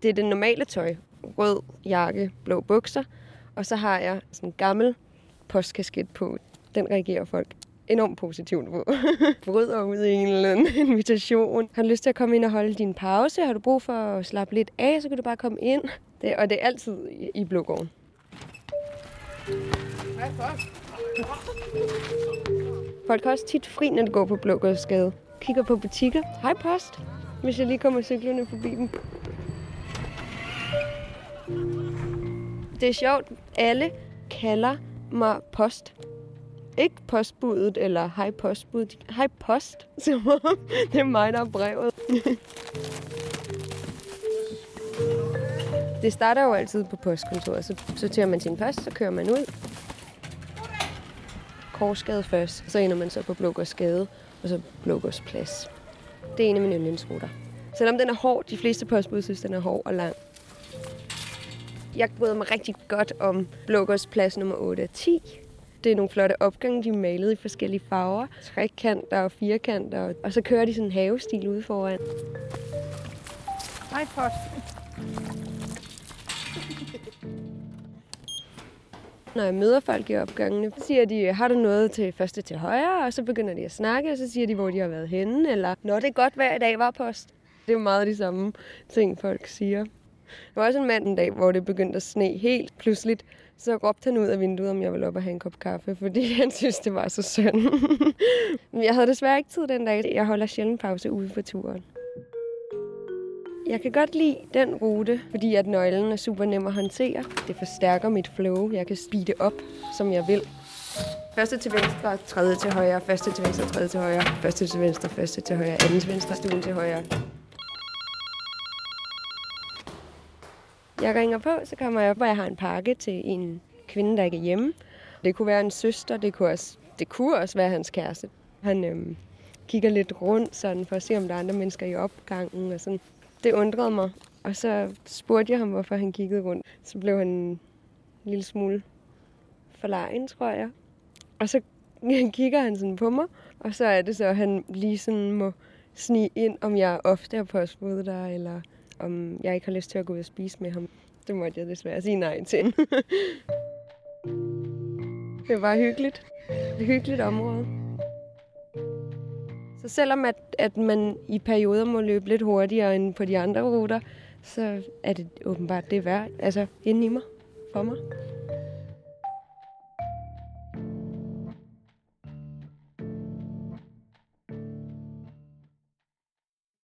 Det er det normale tøj. Rød jakke, blå bukser. Og så har jeg sådan en gammel postkasket på. Den reagerer folk enormt positivt på. Bryder ud i en eller anden invitation. Har du lyst til at komme ind og holde din pause? Har du brug for at slappe lidt af, så kan du bare komme ind. Og det er altid i Blågården. Hej, folk har også tit fri, når de går på Blågårdsgade. Kigger på butikker. Hej, post. Hvis jeg lige kommer cyklerne forbi dem. Det er sjovt. Alle kalder mig post. Ikke postbuddet eller hej postbud. Hej post. Så det er mig, der er brevet. Det starter jo altid på postkontoret. Så sorterer man sin post, så kører man ud. Korsgade først. Så ender man så på Blågårdsgade og så Blågårdsplads. Det er en af mine yndlingsruter. Selvom den er hård, de fleste postbud synes, den er hård og lang. Jeg bryder mig rigtig godt om Blågårdsplads nummer 8 og 10. Det er nogle flotte opgange, de er malet i forskellige farver. Trekanter og firkanter. Og så kører de sådan en havestil ude foran. Hej, post. Når jeg møder folk i opgangene, så siger de, har du noget til første til højre? Og så begynder de at snakke, og så siger de, hvor de har været henne. Eller, når det er godt hver dag var post. Det er jo meget de samme ting, folk siger. Der var også en mand en dag, hvor det begyndte at sne helt pludseligt. Så råbte han ud af vinduet, om jeg ville op og have en kop kaffe, fordi han synes, det var så synd. Men jeg havde desværre ikke tid den dag. Jeg holder sjældent pause ude på turen. Jeg kan godt lide den rute, fordi at nøglen er super nem at håndtere. Det forstærker mit flow. Jeg kan speede op, som jeg vil. Første til venstre, tredje til højre, første til venstre, tredje til højre, første til venstre, første til højre, anden til venstre, stuen til højre. Jeg ringer på, så kommer jeg op, og jeg har en pakke til en kvinde, der ikke er hjemme. Det kunne være en søster, det kunne også være hans kæreste. Han kigger lidt rundt sådan, for at se, om der er andre mennesker i opgangen. Og sådan. Det undrede mig, og så spurgte jeg ham, hvorfor han kiggede rundt. Så blev han en lille smule forlegen, tror jeg. Og så kigger han sådan på mig, og så er det så, at han lige sådan må snige ind, om jeg ofte har postbud der, eller om jeg ikke har lyst til at gå ud og spise med ham. Det måtte jeg desværre sige nej til. Det var hyggeligt. Et hyggeligt område. Så selvom at man i perioder må løbe lidt hurtigere end på de andre ruter, så er det åbenbart det værd. Altså, inden i mig. For mig.